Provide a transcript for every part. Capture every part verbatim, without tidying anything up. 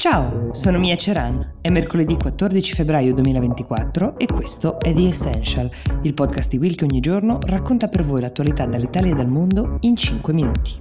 Ciao, sono Mia Ceran, è mercoledì quattordici febbraio duemilaventiquattro e questo è The Essential, il podcast di Will che ogni giorno racconta per voi l'attualità dall'Italia e dal mondo in cinque minuti.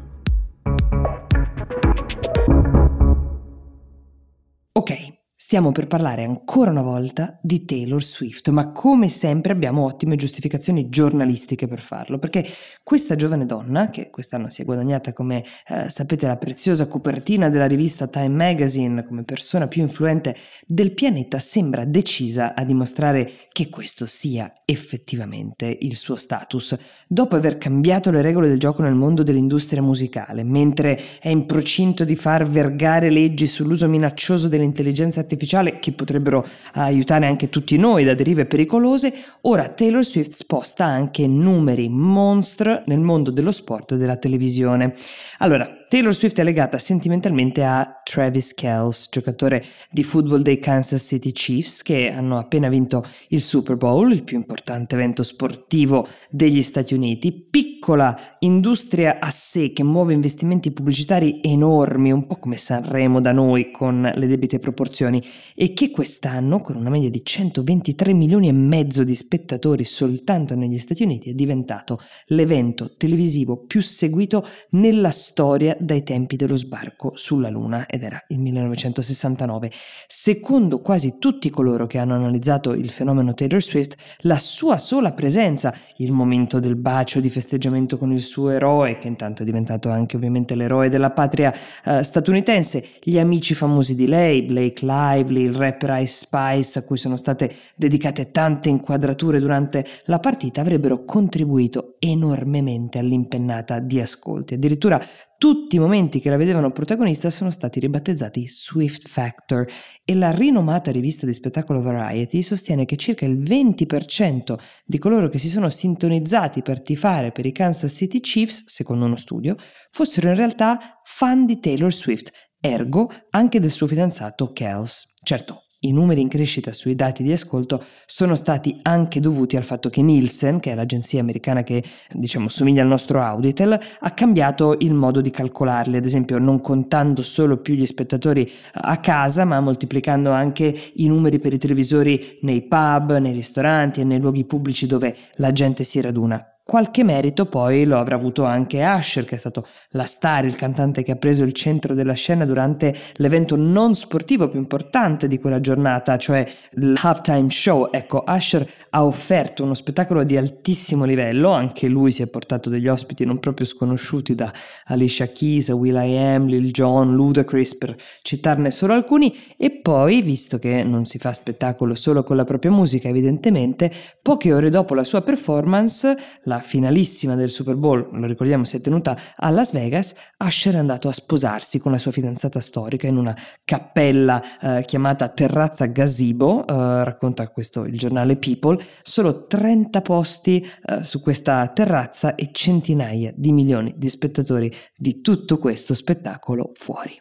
Ok, stiamo per parlare ancora una volta di Taylor Swift, ma come sempre abbiamo ottime giustificazioni giornalistiche per farlo, perché questa giovane donna, che quest'anno si è guadagnata come eh, sapete la preziosa copertina della rivista Time Magazine come persona più influente del pianeta, sembra decisa a dimostrare che questo sia effettivamente il suo status, dopo aver cambiato le regole del gioco nel mondo dell'industria musicale, mentre è in procinto di far vergare leggi sull'uso minaccioso dell'intelligenza artificiale che potrebbero aiutare anche tutti noi da derive pericolose. Ora Taylor Swift sposta anche numeri monstre nel mondo dello sport e della televisione. Allora, Taylor Swift è legata sentimentalmente a Travis Kelce, giocatore di football dei Kansas City Chiefs, che hanno appena vinto il Super Bowl, il più importante evento sportivo degli Stati Uniti. Piccola industria a sé che muove investimenti pubblicitari enormi, un po' come Sanremo da noi con le debite proporzioni, e che quest'anno, con una media di centoventitré milioni e mezzo di spettatori soltanto negli Stati Uniti, è diventato l'evento televisivo più seguito nella storia dai tempi dello sbarco sulla Luna, ed era il millenovecentosessantanove. Secondo quasi tutti coloro che hanno analizzato il fenomeno Taylor Swift, la sua sola presenza, il momento del bacio di festeggiamento con il suo eroe, che intanto è diventato anche ovviamente l'eroe della patria eh, statunitense, gli amici famosi di lei, Blake Lively, il rapper Ice Spice, a cui sono state dedicate tante inquadrature durante la partita, avrebbero contribuito enormemente all'impennata di ascolti. Addirittura tutti i momenti che la vedevano protagonista sono stati ribattezzati Swift Factor, e la rinomata rivista di spettacolo Variety sostiene che circa il venti per cento di coloro che si sono sintonizzati per tifare per i Kansas City Chiefs, secondo uno studio, fossero in realtà fan di Taylor Swift, ergo anche del suo fidanzato Kelce. Certo, i numeri in crescita sui dati di ascolto sono stati anche dovuti al fatto che Nielsen, che è l'agenzia americana che diciamo somiglia al nostro Auditel, ha cambiato il modo di calcolarli, ad esempio non contando solo più gli spettatori a casa, ma moltiplicando anche i numeri per i televisori nei pub, nei ristoranti e nei luoghi pubblici dove la gente si raduna. Qualche merito poi lo avrà avuto anche Usher, che è stato la star, il cantante che ha preso il centro della scena durante l'evento non sportivo più importante di quella giornata, cioè l'halftime show. Ecco, Usher ha offerto uno spettacolo di altissimo livello, anche lui si è portato degli ospiti non proprio sconosciuti, da Alicia Keys, will.i.am, Lil Jon, Ludacris, per citarne solo alcuni. E poi, visto che non si fa spettacolo solo con la propria musica evidentemente, poche ore dopo la sua performance, la La finalissima del Super Bowl, lo ricordiamo, si è tenuta a Las Vegas, Usher è andato a sposarsi con la sua fidanzata storica in una cappella eh, chiamata Terrazza Gazebo, eh, racconta questo il giornale People. Solo trenta posti eh, su questa terrazza e centinaia di milioni di spettatori di tutto questo spettacolo fuori.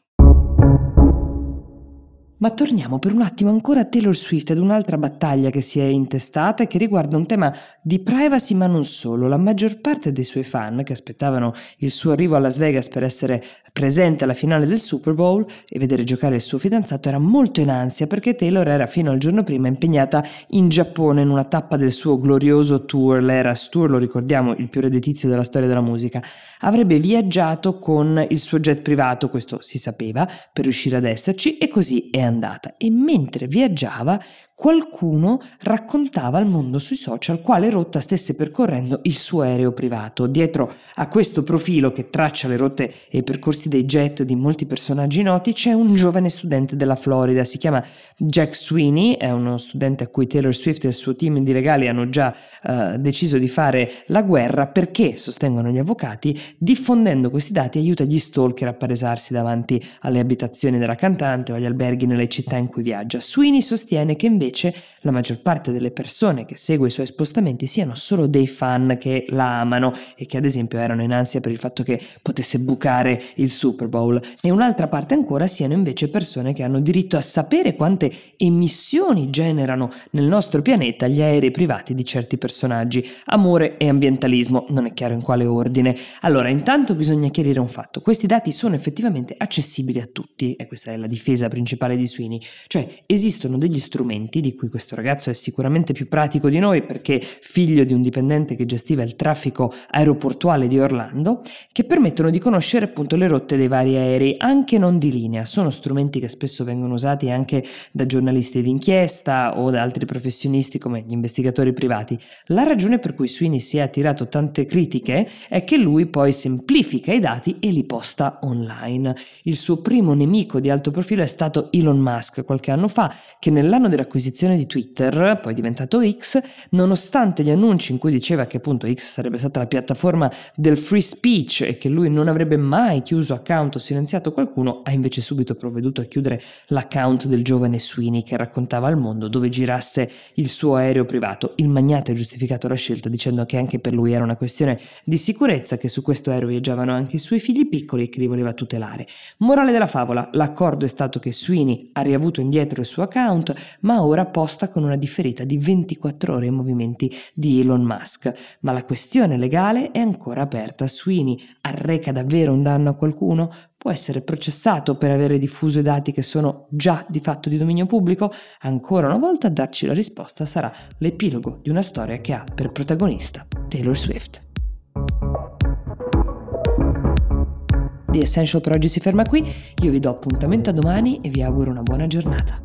Ma torniamo per un attimo ancora a Taylor Swift, ad un'altra battaglia che si è intestata e che riguarda un tema di privacy, ma non solo. La maggior parte dei suoi fan, che aspettavano il suo arrivo a Las Vegas per essere presente alla finale del Super Bowl e vedere giocare il suo fidanzato, era molto in ansia perché Taylor era fino al giorno prima impegnata in Giappone in una tappa del suo glorioso tour, l'Eras Tour, lo ricordiamo, il più redditizio della storia della musica. Avrebbe viaggiato con il suo jet privato, questo si sapeva, per riuscire ad esserci, e così è andata. E mentre viaggiava, qualcuno raccontava al mondo sui social quale rotta stesse percorrendo il suo aereo privato. Dietro a questo profilo che traccia le rotte e i percorsi dei jet di molti personaggi noti c'è un giovane studente della Florida, si chiama Jack Sweeney, è uno studente a cui Taylor Swift e il suo team di legali hanno già uh, deciso di fare la guerra perché, sostengono gli avvocati, diffondendo questi dati aiuta gli stalker a palesarsi davanti alle abitazioni della cantante o agli alberghi nelle città in cui viaggia. Sweeney sostiene che invece invece la maggior parte delle persone che segue i suoi spostamenti siano solo dei fan che la amano e che ad esempio erano in ansia per il fatto che potesse bucare il Super Bowl, e un'altra parte ancora siano invece persone che hanno diritto a sapere quante emissioni generano nel nostro pianeta gli aerei privati di certi personaggi. Amore e ambientalismo, non è chiaro in quale ordine. Allora, intanto bisogna chiarire un fatto: questi dati sono effettivamente accessibili a tutti, e questa è la difesa principale di Sweeney, cioè esistono degli strumenti di cui questo ragazzo è sicuramente più pratico di noi perché figlio di un dipendente che gestiva il traffico aeroportuale di Orlando, che permettono di conoscere appunto le rotte dei vari aerei, anche non di linea. Sono strumenti che spesso vengono usati anche da giornalisti d'inchiesta o da altri professionisti come gli investigatori privati. La ragione per cui Sweeney si è attirato tante critiche è che lui poi semplifica i dati e li posta online. Il suo primo nemico di alto profilo è stato Elon Musk qualche anno fa, che nell'anno dell'acquisizione di Twitter, poi diventato X, nonostante gli annunci in cui diceva che appunto X sarebbe stata la piattaforma del free speech e che lui non avrebbe mai chiuso account o silenziato qualcuno, ha invece subito provveduto a chiudere l'account del giovane Sweeney che raccontava al mondo dove girasse il suo aereo privato. Il magnate ha giustificato la scelta dicendo che anche per lui era una questione di sicurezza, che su questo aereo viaggiavano anche i suoi figli piccoli e che li voleva tutelare. Morale della favola: l'accordo è stato che Sweeney ha riavuto indietro il suo account, ma ora posta con una differita di ventiquattro ore i movimenti di Elon Musk. Ma la questione legale è ancora aperta. Sweeney arreca davvero un danno a qualcuno? Può essere processato per avere diffuso i dati che sono già di fatto di dominio pubblico? Ancora una volta a darci la risposta sarà l'epilogo di una storia che ha per protagonista Taylor Swift. The Essential per oggi si ferma qui, io vi do appuntamento a domani e vi auguro una buona giornata.